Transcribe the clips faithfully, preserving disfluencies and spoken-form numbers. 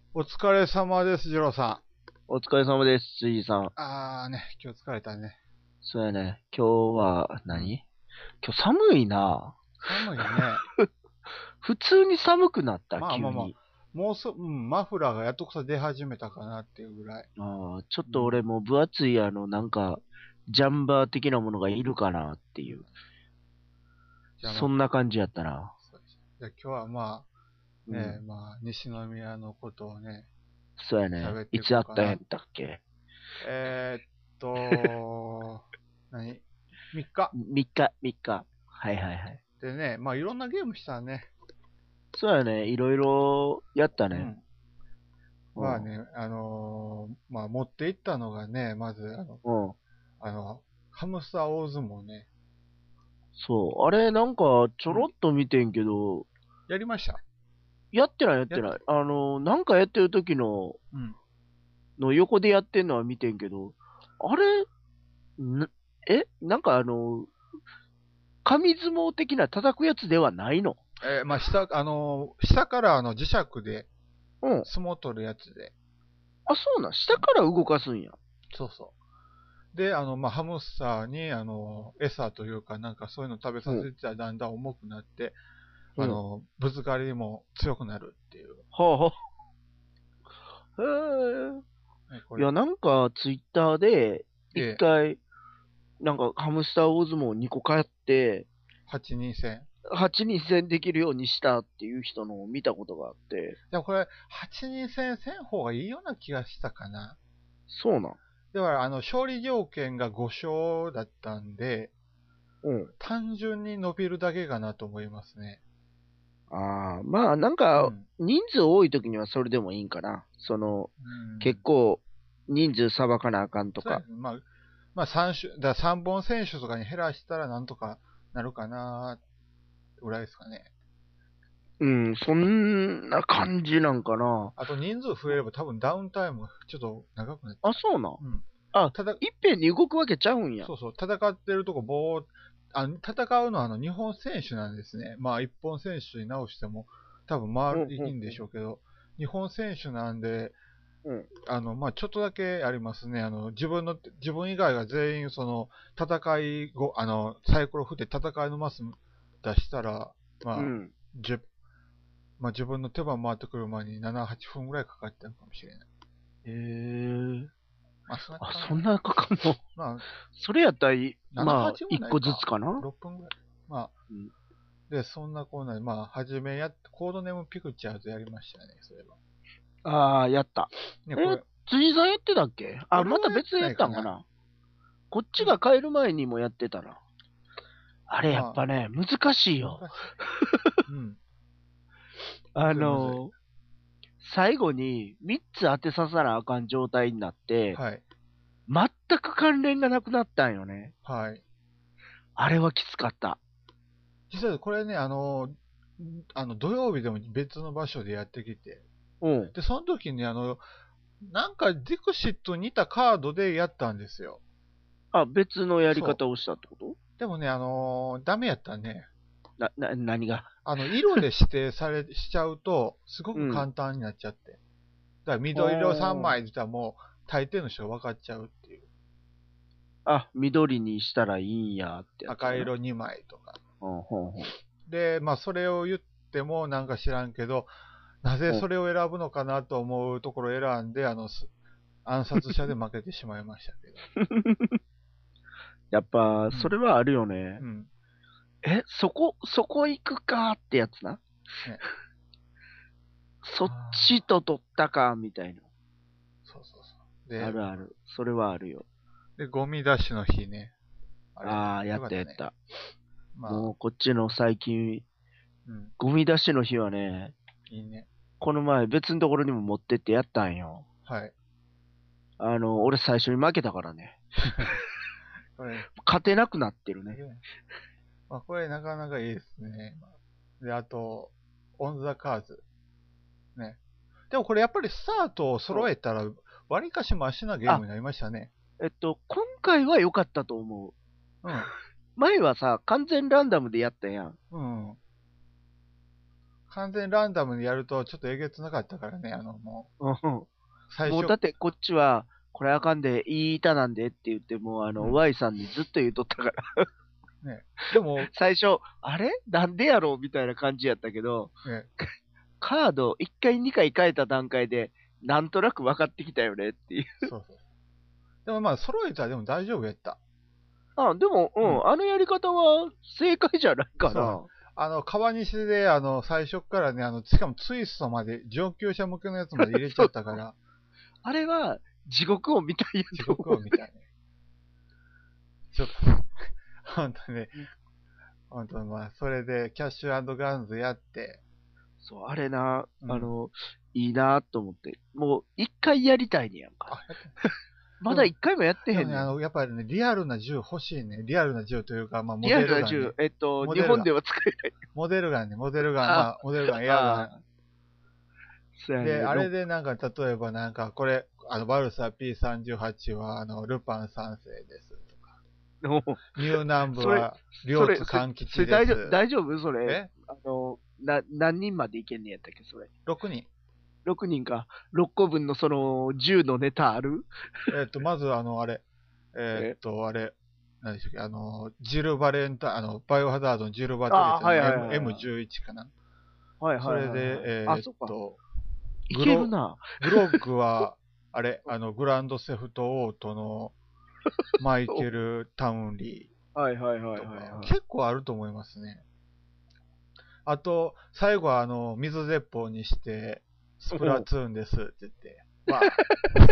お疲れ様です、ジローさお疲れ様です、辻井さん。 ん。あーね、今日疲れたね。 そうやね。今日はうん。 何、今日寒いな。 寒いね。 普通に寒くなった、 まあまあまあ、 急に。 もうす、うん、マフラーがやっとこさ出始めたかなっていうぐらい。 ああ、ちょっうん。 と俺も分厚いあの、なんか、ジャンバー的なものがいるかなっていう。 じゃあまあ、 そんな感じやったな。 そうじゃあ今日はまあ、ね、 うん。 まあ、西宮のことをね、 そうやね。 喋っていいつこうかな。 あったんやったっけ？ えー、っと、何？ みっ 日。 みっ 日、みっか。はいはいはい。 でね、まあいろんなゲームしたね。 そうやね。いろいろやったね。 うん。 うん。 まあね、あのーまあ持っていったのがね、まず、あの、 うん。 あの、ハムスター大相撲ね。 そう。あれ、なんか、ちょうん。 ろっと見てんけど、 やりました。 やってないやっやって、 てない。あの、なんかやってる時の、 うん。 の横でやってんのは見てんけど、あれ、な、えなんかあの、紙相撲的な叩くやつではないの？ えーまあ、下、あのー下からあの磁石でうん。 相撲取るやつで。 あ、そうなん。下から動かすんや。 そうそう。で、あの、まあ、ハムスターに、あの、餌というか、なんかそういうの食べさうん。 せてたらだんだん重くなって、 うん。 あの、ぶつかりも強くなるっていう。 はあはあ。へえ。 ね、これ。 いや、なんか、ツイッターで、一で、 回、なんか、ハムスター大相撲にこ買って、 はちにん戦。 はちにん戦できるようにしたっていう人のを見たことがあって、 でもこれ、はちにん戦せん方がいいような気がしたかな。 そうなん。 だから、あの、勝利条件がご勝だったんで、 うん。 単純に伸びるだけかなと思いますね。 ああ、まあ、なんか、 うん。 人数多い時にはそれでもいいんかな。その、 うん。 結構、人数さばかなあかんとか。 そうですね。まあ、まあ三種、ださんぼん選手とかに減らしたらなんとかなるかなぐらいですかね。 うん、そんな感じなんかな。 あと人数増えれば多分ダウンタイムがちょっと長くなっちあ、 ゃそうなん。 う。うん。 あ、 ただ、 いっぺんに動くわけちゃうんや。 そうそう、戦ってるとこぼー、あ、戦うのはあの日本選手なんですね。まあ一本選手に直しても多分うん、うん、 回るいいんでしょうけど、日本選手なんで、 うん。 あの、まあ、ちょっとだけありますね。あの、自分の、自分以外が全員、その、戦い後、あの、サイコロ振って戦いのマス出したら、まあ、 うん。 じゅまあ、自分の手番回ってくる前になな、はっぷんぐらいかかったのかもしれない。 へえ。 まあ、そんなかあ、 かんない。 そんなかかんの？ まあ、 それやったらい、 なな、 まあ、 はちも一個ずつないか。 かな。 ろっぷんぐらい。まあ、 うん。 で、そんなこんなで、まあ、はじめやっ、コードネームピクチャーズやりましたね、そういえば。 ああ、やった。 ね、こえ、 れ、 辻さんやってたっけ？あ、 俺またはやって別でやっないかな。 たんかな。こっちうん。 が帰る前にもやってたな。あれやっまぱね、難しいあ、 よ。 難しい。うん。むあずいむずい。 の、最後にみっつ当てさせなあかん状態になって、 はい。 全く関連がなくなったんよね。 はい。 あれはきつかった。 実はこれね、あの、あの土曜日でも別の場所でやってきて、 うん。 で、その時にあの、なんかディクシットに似たカードでやったんですよ。 あ、別のやりそう。 方をしたってこと？ でもね、あのダメやったね。 な、な、何が？ あの、色で指定され、しちゃうと、すごくうん。 簡単になっちゃって。だからあ緑色さんまいー。 って言ったらもう、大抵の人が分かっちゃうっていう。 あ、緑にしたらいいんやってやつやな。 赤色にまいとか。 うん、ほんほん。 で、まあ、それを言ってもなんか知らんけど、なぜうん。 それを選ぶのかなと思うところを選んで、あの、暗殺者で負けてしまいましたけど。 やっぱ、 うん。 それはあるよね。 うん。 え、そこ、そこ行くかってやつな。 ね。 そっちああ、 と取ったか、みたいな。 そうそうそう。で、 あるある。それはあるよ。 で、ゴミ出しの日ね。あれ、 ああ、やよかったね。 ったやった。 まあ、 もうこっちの最近、 うん。 ゴミ出しの日はね、 いいね。 この前別のところにも持ってってやったんよ。 はい。 あの、俺最初に負けたからね。 これ、 勝てなくなってるね。 まあ、これなかなかいいですね。で、あと、オンザカーズ。ね。でもこれやっぱりスタートをうん。 揃えたら、わりかしマシなゲーあ、 ムになりましたね。 えっと、今回は良かったと思う。 うん。 前はさ、完全ランダムでやったやん。 うん。 完全ランダムにやるとちょっとえげつなかったからね、あの、もう、 うん。 最初、 もうだってこっちは、これあかんで、いい板なんでって言って、もうあの、 うん Y さんにずっと言うとったから、 ね、でも、 最初、あれなんでやろうみたいな感じやったけど、 ね、 カードいっかいにかい変えた段階で、なんとなく分かってきたよねっていう。 そうそう。でもまあ、揃えたらでも大丈夫やった。 あ、でも、ううんん、あのやり方は正解じゃないかそう。 な。 あの、川西で、あの、最初からね、あの、しかもツイストまで、上級者向けのやつまで入れちゃったから、 あれは地獄を見たいや地と思う。 獄を見たいね。ちょっと、本当にね、本当にまあ、それで、キャッシュガンズやって、 そう、あれな、 うんあの、いいなと思って。もう、一回やりたいねやんか。 あ、やってまだ一回もやってでもね、 へんねん。 あの、やっぱりね、リアルな銃欲しいね。リアルな銃というか、まあ、モリアデルガンねルな銃、。えっと、 モデルガン日本では使えない。 モデルガンね、モデルガン、 あまあ、モデルガン、エアガあそうやン。 ね。 で、あれろでなんか、例えばなんか、これ、あの、バルサ ピーさんじゅうはち は、あの、ルパン三世ですとか、 のニューナンブそれは、 そ両れ、 津勘そ吉です。 れ大丈夫、大丈夫それ。 えあの、な、何人までいけんねやったっけ、それ。 ?ろく 人。 ろくにんか。ろっこぶんのその、銃のネタあるえっと、まずあの、あれ、ええっと、あれ、何でしたっけ、あの、ジル・バレンタ、あの、バイオハザードのジル・バトレああ、 ットのはいはい M はい。 エムじゅういち かな。 はいそれはいはいはい。 で、 あ、 えっそっか。 と、 いグロ、 けるな。 グロッグは、あれ、あの、グランドセフトオートのマイケル・タウンリはいはいーとか、 はいはいはい。 結構あると思いますね。あと、最後はあの、水鉄砲にして、スプラトゥーンですって言って、わあ。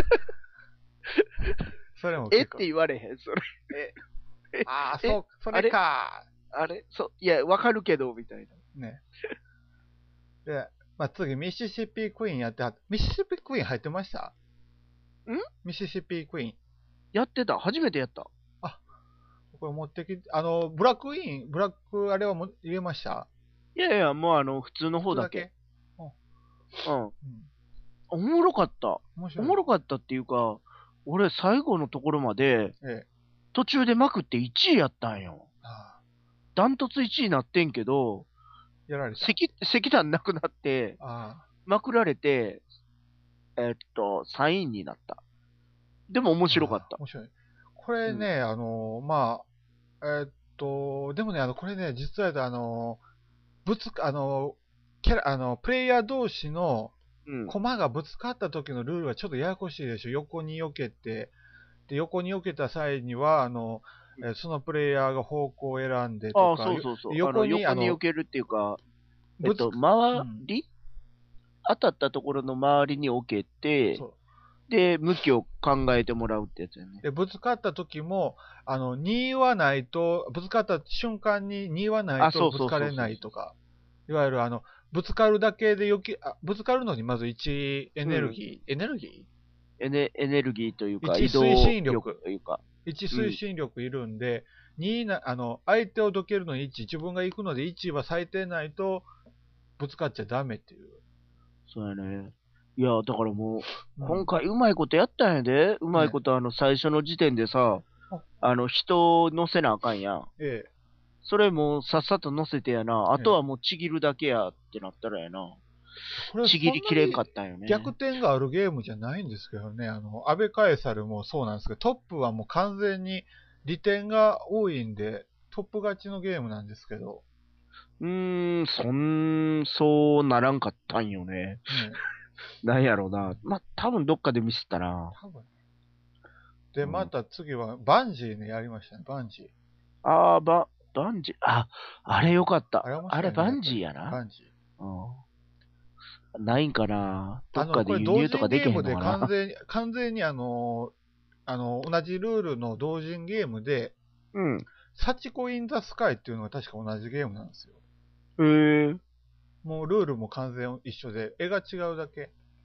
それも結構、 えって言われへん、それ。 え、ああ、 え、 そう、それかあれそう、いや、わかるけど、みたいな。 ね。で、まあ、次、ミシシッピクイーンやってはった。ミシシッピクイーン入ってましたんミシシッピクイーン。 やってた。初めてやった。 あ、これ持ってきて、あの、ブラックウィーン、ブラックあれはも入れましたいやいや、もうあの、普通の普通だ方だけ。 けうん。 うん。 おもろかった。 面白い。 おもろかったっていうか、俺最後のところまで、 ええ。 途中でまくっていちいやったんよ。 ああ、 ダントツいちいになってんけど、 やられた。 石、石段なくなって、 あまくられて、えっと、さんいになった。でも面あ、 白かった。 ああ面白い。これね、あの、まあ、えーっと、でもね、あの、これね、実は、あの、ぶつか、あの、キャラ、あの、プレイヤー同士のうん。 コマがぶつかった時のルールはちょっとややこしいでしょ。横に避けて、で、横に避けた際には、あの、えーそのプレイヤーが方向を選んでとああ、 か、 そうそうそう。 よ横に、 あの、 あの、 横に避けるっていうか、えっぶつ、 と、 う周ん、 り、当たったところの周りに置けて、 そで、向きを考えてもらうってやつやねう。。で、ぶつかった時も、あの、にはないと、ぶつかった瞬間ににはないあ、 とそうそうそうそう。 ぶつかれないとか、いわゆるあの、ぶつかるだけでよき、あ、ぶつかるのにまずいちエネルギー、エネルギエネエネルギーというか、 一移動推進力力というか。 ー ?いち 推進力いるんで、にな、あの、相手をどけるのにいち、自分が行くのでいちは最低ないとぶつかっちゃダメっていう。 そうやね。いや、だからもう、 うん今回うまいことやったんやで。うまいこと、あの、最初の時点でさ、 ああの、人を乗せなあかんやん。 ええ。 それもさっさと乗せてやな。あええとはもうちぎるだけやってなったらやな。 これちぎりきれんかったんよね。 逆転があるゲームじゃないんですけどね。あの、安倍カエサルもそうなんですけど、トップはもう完全に利点が多いんで、トップ勝ちのゲームなんですけど、 うーん、そん、そうならんかったんよね。 ね、 なんやろうな。ま、多分どっかでミスったな。 多分。で、 うんまた次はバンジーね、やりましたね、バンジー。 あー、バ、バンジー、あ、あれよかった。 あれ面あれ白いね。 バンジーやな。 バンジー。 うん。ないんかな。どあの、 っかでこれ同輸入とかで人ゲームできへんのかな。 完全に、完全にあの、あの、同じルールの同人ゲームで、 うん。 サチコインザスカイっていうのが確か同じゲームなんですよ。 へえ。 もうルールも完全一緒で、絵が違うだけ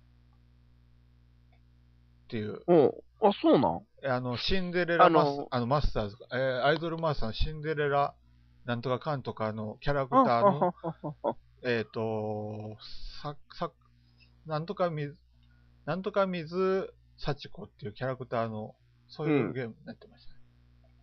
っていう。 うん。あ、そうなんえあの、シンデレラマス、 あのあのマスターズ、えーアイドルマスターのシンデレラ、なんとかかんとかのキャラクあ、 ターの、 はははは。 えっ、と、さ、さ、なんとか水、なんとか水幸子っていうキャラクターの、そういうゲームになってましたね。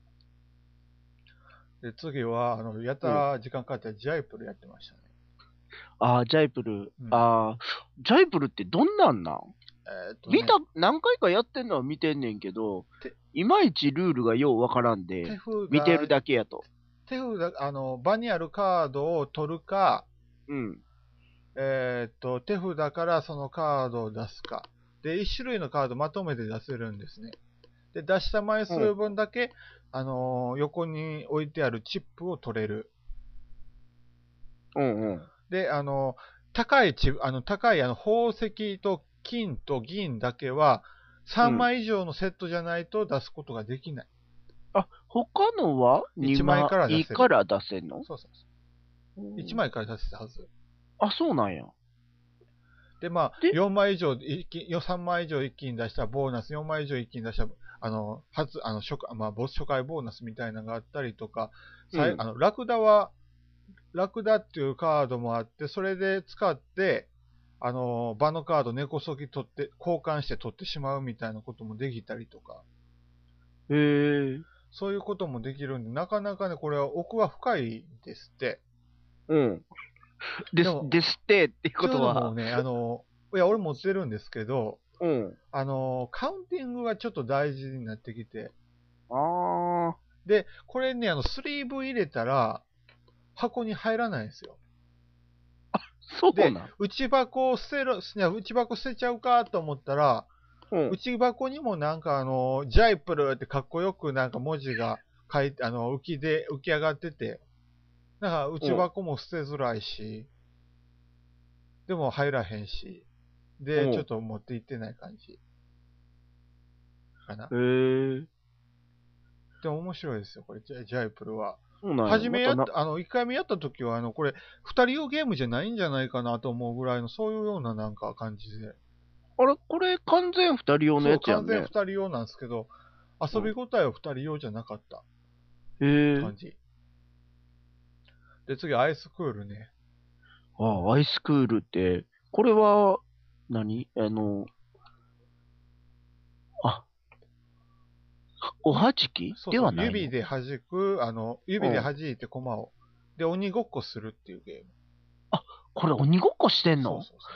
で、次は、あの、やたら時間かかってジャイプルやってましたね。 ああ、ジャイプル。 うんああ、ジャイプルってどんなんなんえーっとね、 見た、何回かやってんのは見てんねんけど、 ていまいちルールがようわからん手で、 札、 見てるだけやと。 手札、あの、場にあるカードを取るか、 うん。 えーっと、手札からそのカードを出すか。で、いち種類のカードまとめて出せるんですね。で、出した枚うん。 数分だけ、あのー横に置いてあるチップを取れる。 うんうん。 で、あの高いチあの、高いあの宝石と金と銀だけは、3 うん。 枚以上のセットじゃないと出すことができない。 あ、他のはいちまいから出にまいせる。 から出せんの？ そうそうそう。1 うん。 枚から出せたはず。 あ、そうなんや。 で、まあ、 で、 よんまい以上一気、さんまい以上一気に出したらボーナス、よんまい以上一気に出したら、あの、初、あの、初回、まあ、ボス初回ボーナスみたいなのがあったりとか、さいうん。 あの、ラクダは、ラクダっていうカードもあって、それで使って、あの、場のカード根こそぎ取って、交換して取ってしまうみたいなこともできたりとか、 へえ。 そういうこともできるんで、なかなかね、これは奥は深いですって。 うん。です、 でも、 ですってっていうというのことは、 もね、あの、いや、俺持ってるんですけど、 うん。 あの、カウンティングがちょっと大事になってきて、 ああ、 で、これね、あの、スリーブ入れたら、箱に入らないんですよ。で、 そうなん。 内箱を捨てる、いや内箱捨てちゃうかと思ったら、 うん。 内箱にもなんかあの、ジャイプルってかっこよくなんか文字が書いて、あの、浮きで、浮き上がってて、なんか内うん。 箱も捨てづらいし、でも入らへんし、で、ちょっうん。 と持って行ってない感じかな。 へえ。 でも面白いですよ、これ、ジャジャイプルは。 そうなんや。 初めまたな、 やった、あの、いっかいめやった時は、あの、これ、二人用ゲームじゃないんじゃないかなと思うぐらいの、そういうようななんか感じで。 あれこれ完全二人用のそう、 やつや完全二んね。 人用なんですけど、遊びうん。 応えは二人用じゃなかったへえ。 感じ。で、次、アイスクールね。 ああ、アイスクールって、これは何、あの、あ、おはじきでそうそう、 はないの？ 指で弾く、あの、指でうん。 弾いて駒を。で、鬼ごっこするっていうゲーム。 あ、これ鬼ごっこしてんの？ そうそうそう。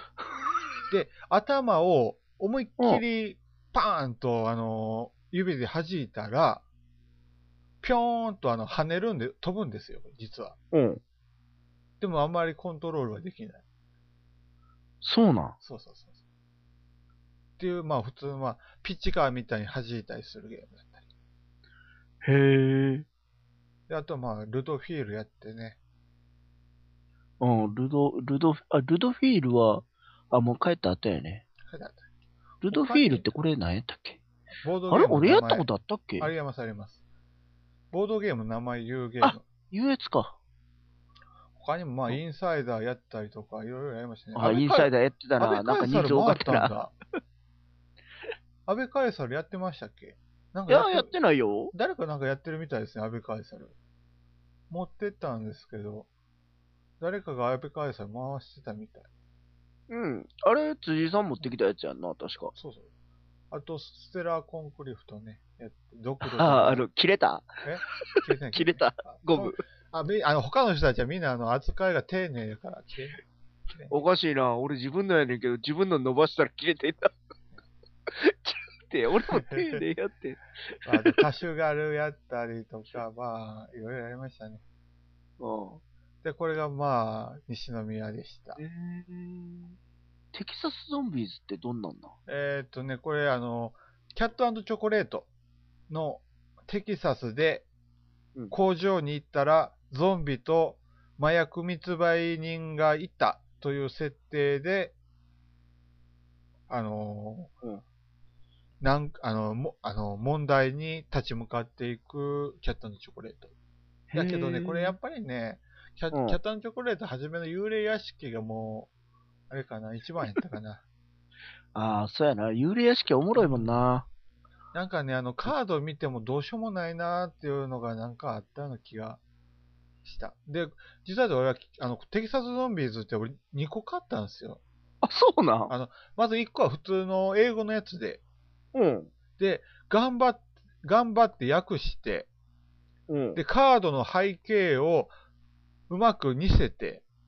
で、頭を思いっうん。 きりパーンと、あの、指で弾いたら、ぴょーんとあの跳ねるんで、飛ぶんですよ、実は。 うん。 でもあんまりコントロールはできない。 そうなん。 そうそうそうそう。っていう、まあ普通、まあ、ピッチカーみたいに弾いたりするゲームだったり。 へえ。 で、あとまあ、ルドフィールやってね。 うん、ルド、ルド、あ、ルドフィールは、あ、もう帰った後やね。 それだったりルドフィールっ他に、 てこれ何やったっけ？あれボードゲームの名前、 俺やったことあったっけ？ ありますあります。ボードゲームの名前言うゲーあ、 ム。 優越か。 他にもまあ、 あ、 インサイダーやったりとか、いろいろやりましたね。 あ安倍カイ、 インサイダーやってた安倍な。なんカイか人数多かサル回っったな。 たんだ。安倍カイサルやってましたっけ？なんいや、 かやってる、 やってないよ。 誰かなんかやってるみたいですね、安倍カイサル。持ってったんですけど、誰かが安倍カイサル回してたみたい。 うん。あれ、辻さん持ってきたやつやんな、確か。 そうそう。あと、ステラコンクリフトね。やって、ドクロとああ、あか。 の、切れた。 え切れてない切れてない。 切れた。 あ、そう、 ゴム。 あ、みあの、他の人たちはみんなあの、扱いが丁寧だから切れない。切れない。 おかしいな。俺自分のやねんけど、自分の伸ばしたら切れてんだ。って、俺も丁寧やって。 あと、カシュガルやったりとか、まあ、いろいろやりましたね。 うん。 で、これがまあ、西宮でした。 えー、テキサスゾンビーズってどんなんだ？ えーっとね、これあの、キャットチョコレートのテキサスでうん。 工場に行ったら、ゾンビと麻薬密売人がいたという設定で、あのうん。 なんあのもあの問題に立ち向かっていくキャットチョコレート。 へだけどね、これやえ。 っぱりね、キャうん。 キャットチョコレート初めの幽霊屋敷がもう、あれかな、一番やったかな。 ああ、そうやな。幽霊屋敷おもろいもんうん。 な。 なんかね、あの、カード見てもどうしようもないなーっていうのがなんかあったような気がした。で、実は俺は、あの、テキサスゾンビーズって俺にこ買ったんですよ。 あ、そうなん。 あの、まずいっこは普通の英語のやつで、 うん。 で、頑張っ、頑張って訳して、 うん。 で、カードの背景をうまく似せて、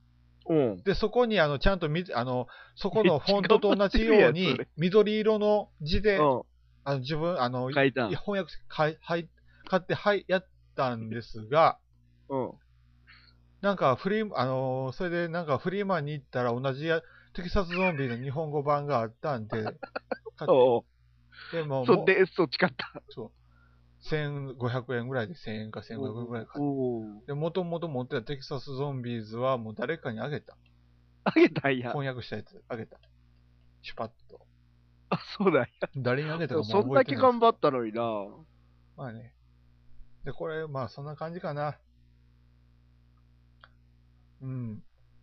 うん。 で、そこにあの、ちゃんとみ、あの、そこのフォントと同じようめっちゃ頑張ってるやんにそれ、 緑色の字で、 うん。 あの、自分、あの、 書いたん。 翻訳かい、はい、買って、はい、やったんですが、 うん。 なんかフリー、あのーそれでなんかフリーマンに行ったら同じやテキサスゾンビの日本語版があったんで、買って、 おうでももそんで、そっち買った。 そう、せんごひゃくえんぐらいでせんえんかせんごひゃくえんぐらいで買って、 おお。 で、もともと持ってたテキサスゾンビーズはもう誰かにあげた。 あげたんや。 翻訳したやつ、あげた。シュパッと。 あ、そうだんや。 誰にあげたかもうそん覚えだけ頑てないんですけど。 張ったのにな。 まあね。で、これ、まあそんな感じかな。うん。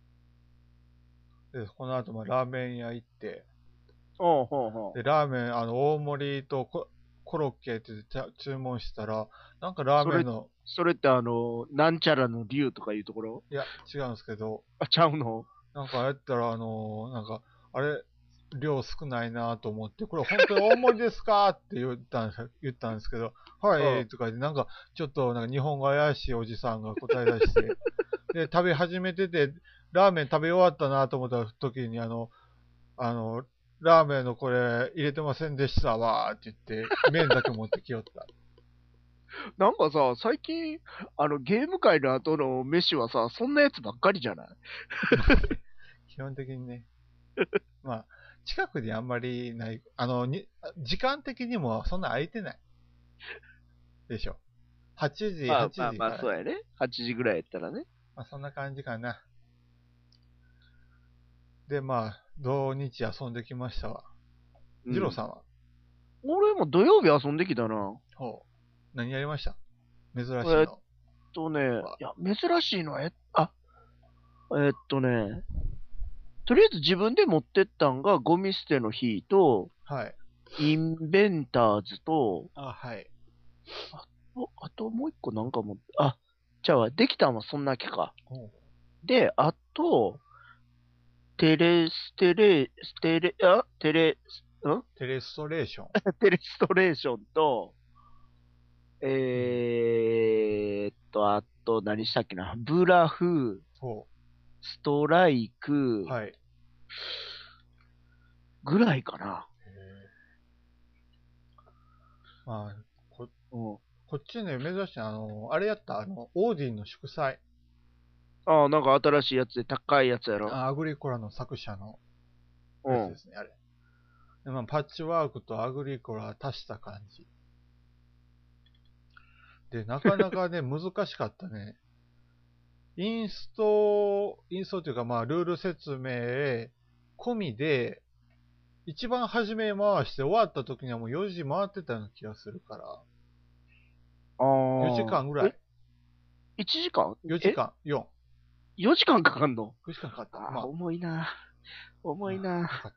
で、この後、まあラーメン屋行って、 ほうほうほう。 で、ラーメン、あの、大盛りとココロッケってちゃ注文したら、なんかラーそれ、 メンの、 それってあの、なんちゃらの竜とかいうところいや、違うんですけど、 あ、ちゃうのなんかやったら、あのーなんか、あれ、量少ないなと思って、これ本当に大盛りですかって言ったんです言ったんですけど、はうんい、とか言って、なんか、ちょっと、なんか日本語怪しいおじさんが答え出して、で、食べ始めてて、ラーメン食べ終わったなと思った時に、あの、あの、ラーメンのこれ入れてませんでしたわーって言って、麺だけ持ってきよった。 なんかさ、最近、あの、ゲーム界の後の飯はさ、そんなやつばっかりじゃない基本的にね。まあ、近くにあんまりない、あの、に時間的にもそんな空いてない。でしょ。はちじ、8 まあまあまあ、 時からね。 そうやね。はちじぐらいやったらね。 まあ、そんな感じかな。で、まあ、土日遊んできましたわ。 うん。 ジローさんは、 俺も土曜日遊んできたな。 ほう、何やりました？珍えーっしいのとね、 は。 いや、珍しいのは、え、あ、えーっとね、とりあえず自分で持ってったんがゴミ捨ての日と、 はい。 インベンターズと、 あ、はい。 あと、あともう一個なんかも、あ、じゃあ、できたんはそんだけか。 ほう。 で、あと、テレステレ、ステレ、あ、テレ、んテレストレーション。 テレストレーションと、 うん。 えーっと、あと、何したっけな。ブラフ、 ほストライう。 ク、 はい。へぐらいかな。 え。まあ、こ、 うん。 こっちね、珍しい、あの、あれやった、あの、オーディンの祝祭。 ああ、なんか新しいやつで高いやつやろ。 あ、アグリコラの作者のうん。 やつですね、あれ。でまあ、パッチワークとアグリコラ足した感じ。で、なかなかね、難しかったね。インスト、インストというか、まあ、ルール説明込みで、一番初め回して終わった時にはもうよじ回ってたような気がするから、 あ 4 あ。え、 時間ぐらい。 いちじかんえよじかん、よん。 ?よ 時間かかんのよじかんかかった。 ああ、 まあ、 重いな。重いまあ、 な。 よかった。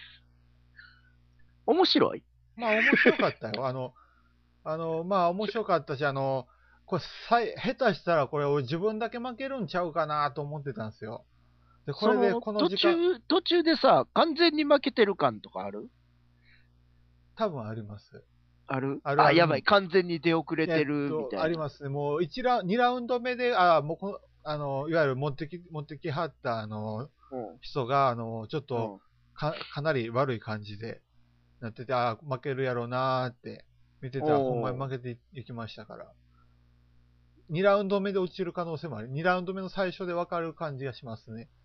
面白いまあ、面白かったよ。あの、あの、まあ、面白かったし、あの、これ、さい、下手したらこれ、俺自分だけ負けるんちゃうかなと思ってたんですよ。で、これで、 その、 この時間、 途中、途中でさ、完全に負けてる感とかある多分あります。 あるあ、 あるある。 やばい。 うん。 完全に出遅れえってるみと、 たいな。 ありますね。もう、いちラウンド、にラウンド目で、あ、もうこの、あの、いわゆる持ってき、持ってきはった、あの、 うん。 人が、あの、ちょっと、 うん。 か、かなり悪い感じで、なってて、あ、負けるやろうなーって見てたら、ほんまにおー。 負けていきましたから。にラウンド目で落ちる可能性もある。にラウンド目の最初で分かる感じがしますね。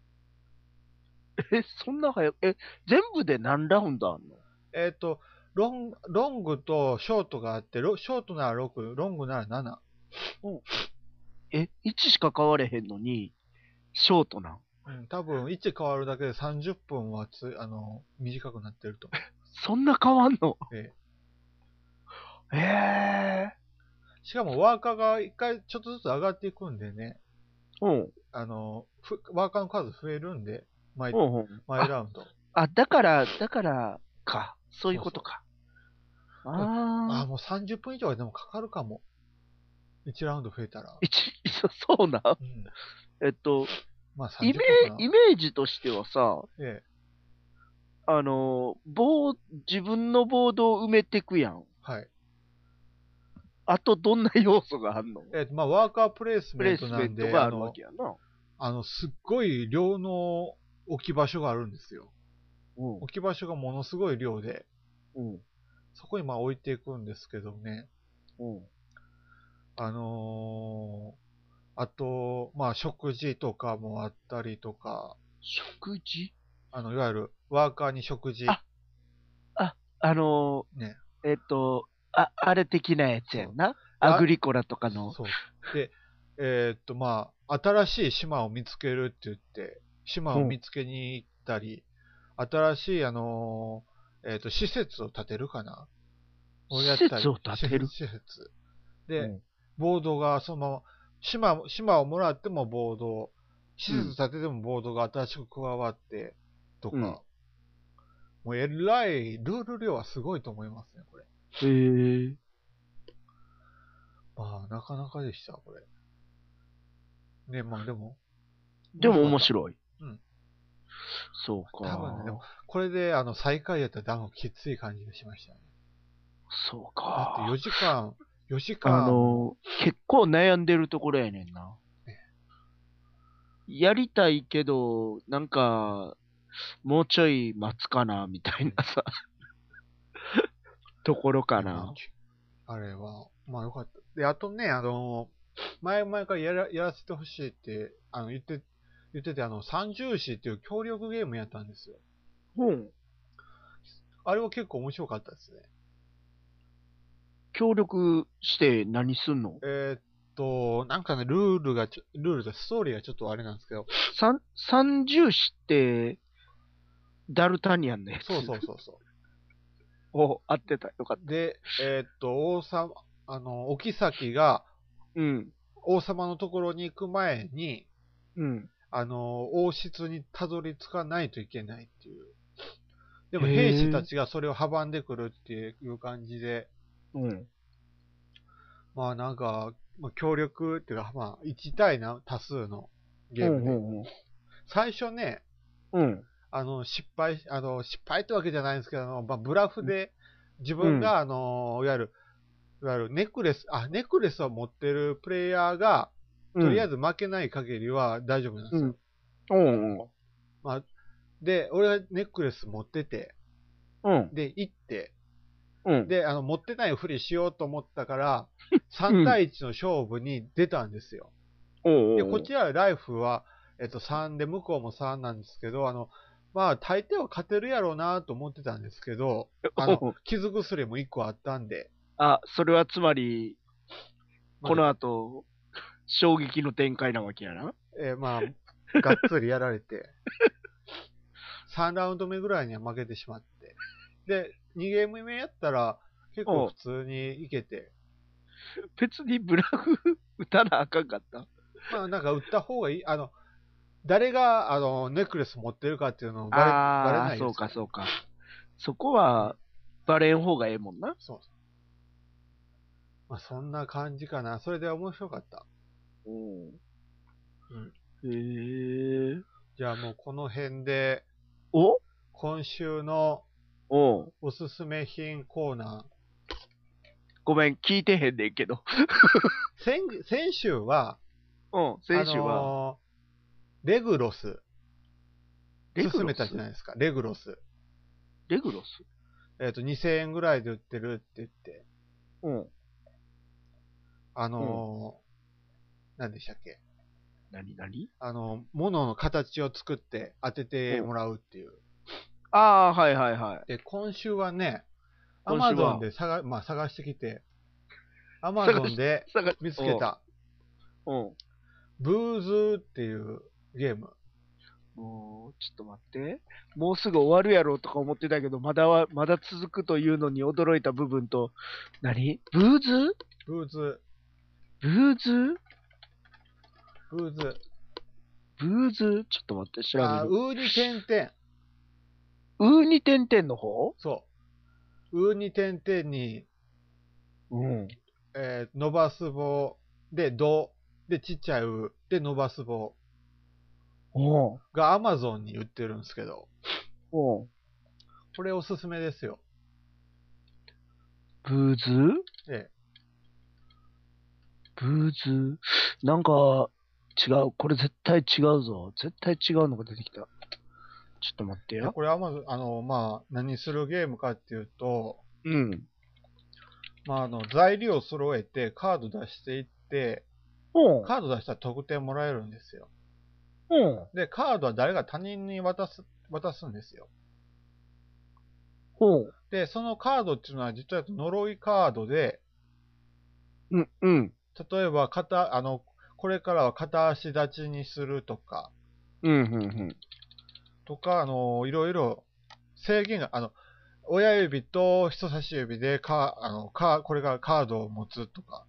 え、そんな早く、え、全部で何ラウンドあんのえっ、と、ロン、ロングとショートがあって、ロショートならろく、ロングならなな。 うん。え、いちしか変われへんのに、ショートなんうん、多分、位置変わるだけでさんじゅっぷんはつ、あの、短くなってると思います。 そんな変わんのえへえ。 ーしかも、ワーカーが一回ちょっとずつ上がっていくんでね、 うん。 あの、ふワーカーの数増えるんで、毎、 うんうん。あ、 毎ラウンド。 あ、だから、だからか。そういうそうそことか。 う。だあ、 ああ。 もうさんじゅっぷん以上はでもかかるかも。いちラウンド増えたら。 一、そそうなんうん。 えっと、 まあ30 イメ分かな。 イメージとしてはさ、 ええ、 あの、ボー、自分のボードを埋めてくやん。 はい。 あとどんな要素があんのえっと、まあ、ワーカープレイスプレイメントスメントなんで、あの、 があるわけやな。 あの、すっごい量の置き場所があるんですよ。 うん。 置き場所がものすごい量で、 うん。 そこにまあ置いていくんですけどね。 うん。 あのーあと、まあ食事とかもあったりとか、 食事あの、いわゆるワーカーに食事、 あ、あ、あのね。 ー、えっと、あ、あれ的なやつやそう。 んな。 で、あ、 アグリコラとかの。 そう。で、えーっと、まあ、新しい島を見つけるって言って、島うん。 を見つけに行ったり、新しい、あのーえーっと、施設を建てるかなをやったり、 施設を建施設、 てる。 施設。で、 うん。 ボードがそのまま、島、島をもらってもボード、施うん。 設建ててもボードが新しく加わって、とうん。 か、もうえらい、ルール量はすごいと思いますね、これ。 へえ。 まあ、なかなかでした、これ。ね、まあでも、 でも面白かった。 面白い。 うん。 そう多分ね、でも、 か。 これで、あの、最下位やったら多分きつい感じがしましたね。 そうだってか。 よじかん、4 あ時間も、 の、結構悩んでるところやねんな。 ね、 やりたいけど、なんか、もうちょい待つかな、みたいうん。 なさ、ところかで、まあ、 な。 きあれは、まあよかった。で、あとね、あの、前々からやら、やらせてほしいって、あの、言って、言ってて、あの、三重視っていう協力ゲームやったんですよ。 うん。 あれは結構面白かったですね。 協力して何すんの？ えーっと、なんかね、ルールがちょ、ルールでストーリーがちょっとあれなんですけど、 三、三重視って、ダルタニアンのやそうつ。 そうそうそお、合ってた。よかっう。 た。 で、えーっと、王様、あの、お妃がうん。 王様のところに行く前に、 うん。 あの、王室にたどり着かないといけないっていう。でも兵士へえ。 たちがそれを阻んでくるっていう感じで、 うん。 まあなんか、まあ、協力っていうか、まあいち対な多数のうん、 ゲームで。 うん、うん。 最初ね、 うん。 あの、失敗、あの、失敗ってわけじゃないんですけど、あのまあ、ブラフで自うん。 分が、あの、いわゆる、いわゆるネックレス、あ、ネックレスを持ってるプレイヤーが、とりあえうん。 ず負けない限りは大丈夫なんですよ。 うん。うん。うん。 まあ、で、俺はネックレス持ってて、 うん。 で、行って、 うん。 で、あの、持ってないふりしようと思ったから、さんうん。 対いちの勝負に出たんですよ。 おうで、 おうおう。 こちらライフは、えっと、さんで、向こうもさんなんですけど、あの、まあ、大抵は勝てるやろうなと思ってたんですけど、あの、 おう。 傷薬もいっこあったんで、 あ、それはつまり、 まあ、 この後、衝撃の展開なわけやな。 えーまあ、がっつりやられて、さんラウンド目ぐらいには負けてしまって、で、にゲーム目やったら、結構おう。 普通にいけて、 別にブラフ打たなあかんかった。 まあ、なんか打った方がいい、あの、誰が、あの、ネックレス持ってるかっていうのをバレ、バレああ、そうないですから。 かそうか。そこうん。 は、バレん方がええもんな。 そうそう。まあ、そんな感じかな。それで面白かった。 うん。 うん。 へえ。 じゃあもうこの辺で、 お今週のおう。 おすすめ品コーナごめん、聞いてへんねんけど。 ー。先、先週は、 うん、 あ選手は、 のーレグロス、勧めたじゃレグロスないですか。レグロス。 レグロスえっ、と、にせんえんぐらいで売ってるって言って、 うん、 あうん。 のー、何でしたっけ。 なになにあの、物の形を作って当てうん。 てもらうっていう。 ああ、はいはいはい。 で、今週はね、アマゾン今週は、 で探、まあ、探してきて、アマゾ探し、 ンで探し、 見つけた、 うん、うん。 ブーズっていうゲーム。 もう、ちょっと待って。もうすぐ終わるやろうとか思ってたけど、まだは、まだ続くというのに驚いた部分と、何ブーズブーズ、 ブーズブーズ。 ブーズちょっと待って、調べあー、 る。 ウーに点々。 うーに点々の方そう。ウーに点々に、 うん。 えー伸ばす棒で、ドで、ちっちゃいうで、伸ばす棒おうが Amazon に売ってるんですけど、 おうこれおすすめですよ。 ブーズえブーズなんか、 違う。これ絶対違うぞ。絶対違うのが出てきた。ちょっと待ってで、 よ。 これはまず、あの、まあ、何するゲームかっていうと、 うん。 まあ、あの、材料を揃えて、カード出していって、 うん。 カード出したら得点もらえるんですよ。 うん。 で、カードは誰が他人に渡す、渡すんですよ。 ほう。 で、そのカードっていうのは実は呪いカードで、 うん、うん。 例えば、片、あの、これからは片足立ちにするとか、 うん、うん、うん。 とか、あの、いろいろ制限が、あの、親指と人差し指でか、あの、か、これからカードを持つとか、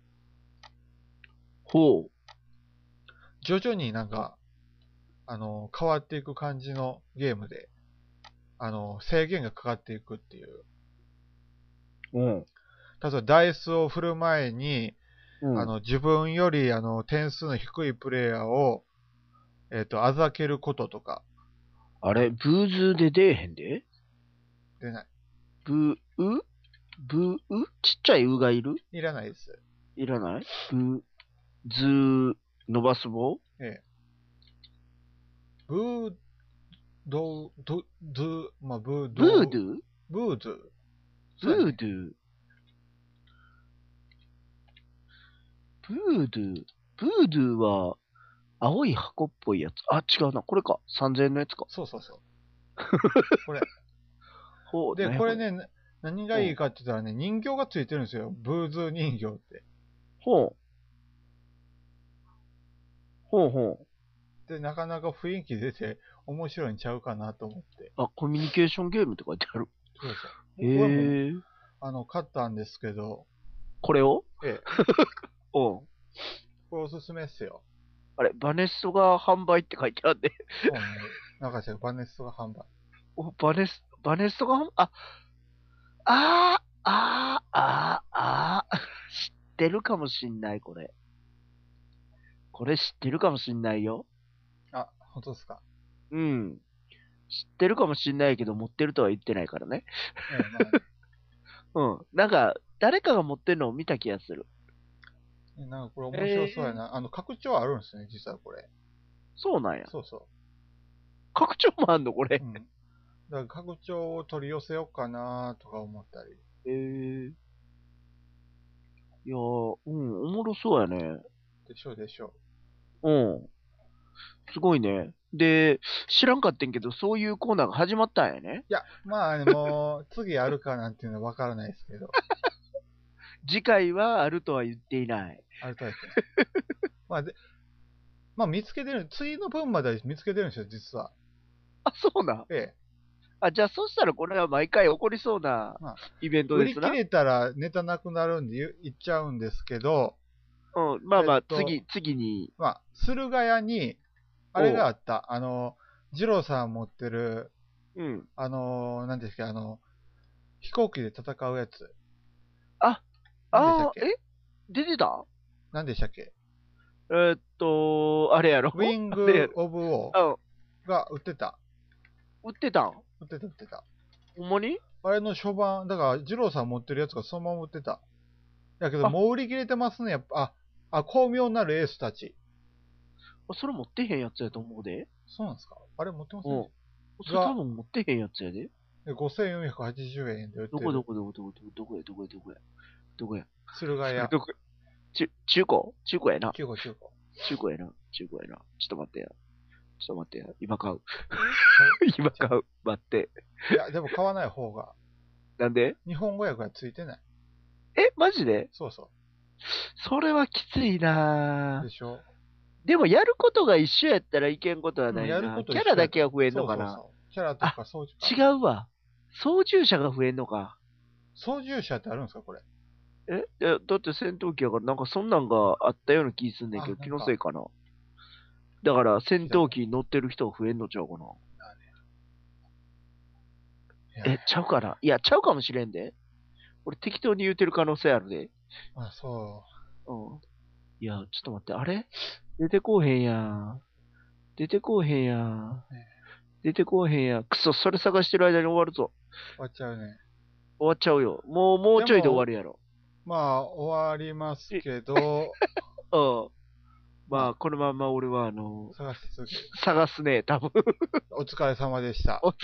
ほう。 徐々になんか、あの、変わっていく感じのゲームで、あの、制限がかかっていくっていう。 うん。 例えば、ダイスを振る前に、 うん。 あの、自分より、あの、点数の低いプレイヤーを、えっと、あざけることとか、 あれ、ブーズで出えへんで？ 出ない。 ブー、ブー、ちっちゃいうがいる？ いらないです。 いらない？ブ、ズー、伸ばす棒？ ええ。ブー、ド、ド、ド、まあ、ブー、 ブード、 ドゥ？ ブーズ。 ブそうやね。 ードゥ。ブードゥ。ブードゥは、青い箱っぽいやつ。あ、違うな。これか。さんぜんえんのやつか。 そうそうそう。これ。 ほう、 で、 なやこれ。 これね、な何がいいかって言ったらね、人形がついてるんですよ。ブーズ人形って。 ほう。ほうほう。 で、なかなか雰囲気出て面白いんちゃうかなと思って。 あ、コミュニケーションゲームって書いてある。 そうそう。僕はもう、 へえ。 あの、買ったんですけど、 これを？ ええ、 うん。 これおすすめっすよ。 あれ、バネストが販売って書いてあって。 そうね。なんかしらバネストが販売。 お、バネス、バネストが販売、あ、あー、あー、あー、あー。知ってるかもしんない、これ。これ知ってるかもしんないよ。 あ、本当ですか。 うん。知ってるかもしんないけど、持ってるとは言ってないからね。 ええ、まあね。 うん。なんか、誰かが持ってるのを見た気がする。 えなんかこれ面白そうやえー、 な。あの、拡張あるんですね、実はこれ。 そうなんや。 そうそ拡張もあんのこう。 れ。 うん。だから拡張を取り寄せようかなとか思ったり。 えー、いやー、うん、おもろそうやね。 でしょうでしょうん。すごいね。で、知らんかってんけど、そういうコーナーが始まったんやね。 う。いや、まあね、もう、次あるかなんていうのはわからないですけど。 次回はあるとは言っていない。 あるとは言ってない。まあ、で、まあ見つけてる、次の分までは見つけてるんですよ、実は。 あ、そうなん。 ええ。 あ、じゃあそしたらこれは毎回起こりそうなまあ、 イベント売ですな。 り切れたらネタなくなるんで言言っちゃうんですけど、 うん、まあえっまあ、 と、 次、次に、 まあ、駿河屋に、あれおう、 があった。あの、二郎さん持ってる、 うん。 あの、何ですか、あの、飛行機で戦うやつ。 あ、あー、 何でしたっけえ出てた？ 何でしたっけ？ えーっと、あれやろ？ ウィンあれやろ？ グ・オブ・ウォあ、 ーが売ってた。 売ってたん？ 売ってた、売ってた。 ほんまに？ あれの初版、だから、二郎さん持ってるやつがそのまま売ってた。やけど、 あ、 もう売り切れてますね、やっぱ。あ、あ、巧妙なるエースたち。 それ持ってへんやつやと思うで。 そうなんですか？あれ持ってませんうん。それ多が、 分持ってへんやつやで。 ごせんよんひゃくはちじゅうえんで売ってる。 どこどこどこどこどこどこやどこやどこやどこや駿河屋。 どこや中、中古中古やな。 中古中古。 中古やな。中古やな。ちょっと待ってや。ちょっと待ってや。今買う。 はい今買う。待って。 いや、でも買わない方が。 なんで？ 日本語訳がついてない。 え、マジで？ そうそそれはきついう。 なぁ。 でしょ？ でもやることが一緒やったらいけんことはうん、やるないな。 こと一緒や。 キャラだけが増えんそのかな。 うそうそう。キャラとあ、 か操縦違か。 うわ。操縦者が増えんのか。 操縦者ってあるんですか、これ。 え、いやだって戦闘機やからなんかそんなんがあったような気すんねんけあ、 ど、気なんか、 のせいかな。だから戦闘機に乗ってる人が増えんのちゃうかな。 いや、 え、ちゃうかな。いや、ちゃうかもしれんで。俺適当に言うてる可能性あるで。 あ、そうん。いや、ちょっと待って、あれ出てこうへんやん。出てこうへんやん。 う。ね、 出てこうへんやん。くそ、それ探してる間に終わるぞ。 終わっちゃうね。 終わっちゃうよ。もう、もうちょいで終わでも、 るやろ。 まあ、終わりますえ、 けど、 うん。 まあ、このまんま俺は、あの、 探し続ける。 探すね、多分。 お疲れ様でした。 お